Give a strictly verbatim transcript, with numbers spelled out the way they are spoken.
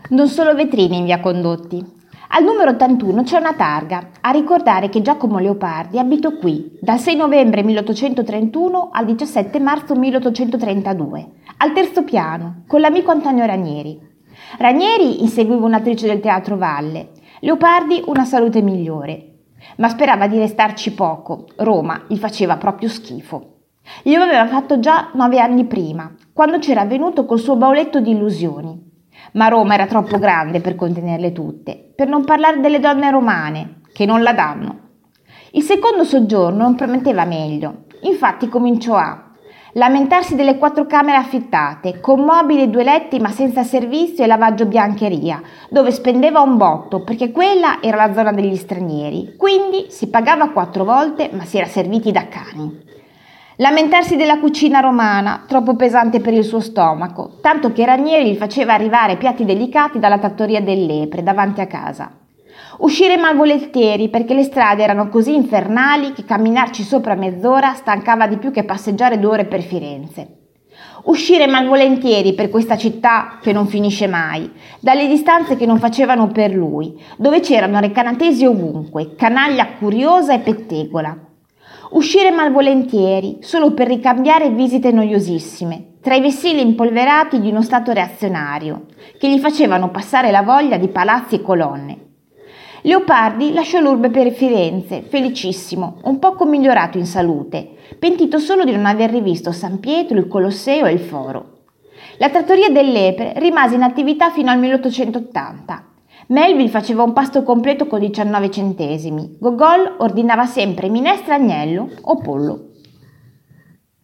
Non solo vetrine in via Condotti. Al numero ottantuno c'è una targa a ricordare che Giacomo Leopardi abitò qui dal sei novembre milleottocentotrentuno al diciassette marzo milleottocentotrentadue, al terzo piano, con l'amico Antonio Ranieri. Ranieri inseguiva un'attrice del Teatro Valle, Leopardi una salute migliore, ma sperava di restarci poco. Roma gli faceva proprio schifo. Glielo aveva fatto già nove anni prima, quando c'era venuto col suo bauletto di illusioni. Ma Roma era troppo grande per contenerle tutte, per non parlare delle donne romane, che non la danno. Il secondo soggiorno non prometteva meglio, infatti cominciò a lamentarsi delle quattro camere affittate, con mobili e due letti ma senza servizio e lavaggio biancheria, dove spendeva un botto perché quella era la zona degli stranieri, quindi si pagava quattro volte ma si era serviti da cani. Lamentarsi della cucina romana, troppo pesante per il suo stomaco, tanto che Ranieri gli faceva arrivare piatti delicati dalla trattoria del Lepre, davanti a casa. Uscire malvolentieri perché le strade erano così infernali che camminarci sopra mezz'ora stancava di più che passeggiare due ore per Firenze. Uscire malvolentieri per questa città che non finisce mai, dalle distanze che non facevano per lui, dove c'erano recanatesi ovunque, canaglia curiosa e pettegola. Uscire malvolentieri, solo per ricambiare visite noiosissime, tra i vessilli impolverati di uno stato reazionario, che gli facevano passare la voglia di palazzi e colonne. Leopardi lasciò l'urbe per Firenze, felicissimo, un poco migliorato in salute, pentito solo di non aver rivisto San Pietro, il Colosseo e il Foro. La trattoria del Lepre rimase in attività fino al milleottocentottanta. Melville faceva un pasto completo con diciannove centesimi. Gogol ordinava sempre minestra, agnello o pollo.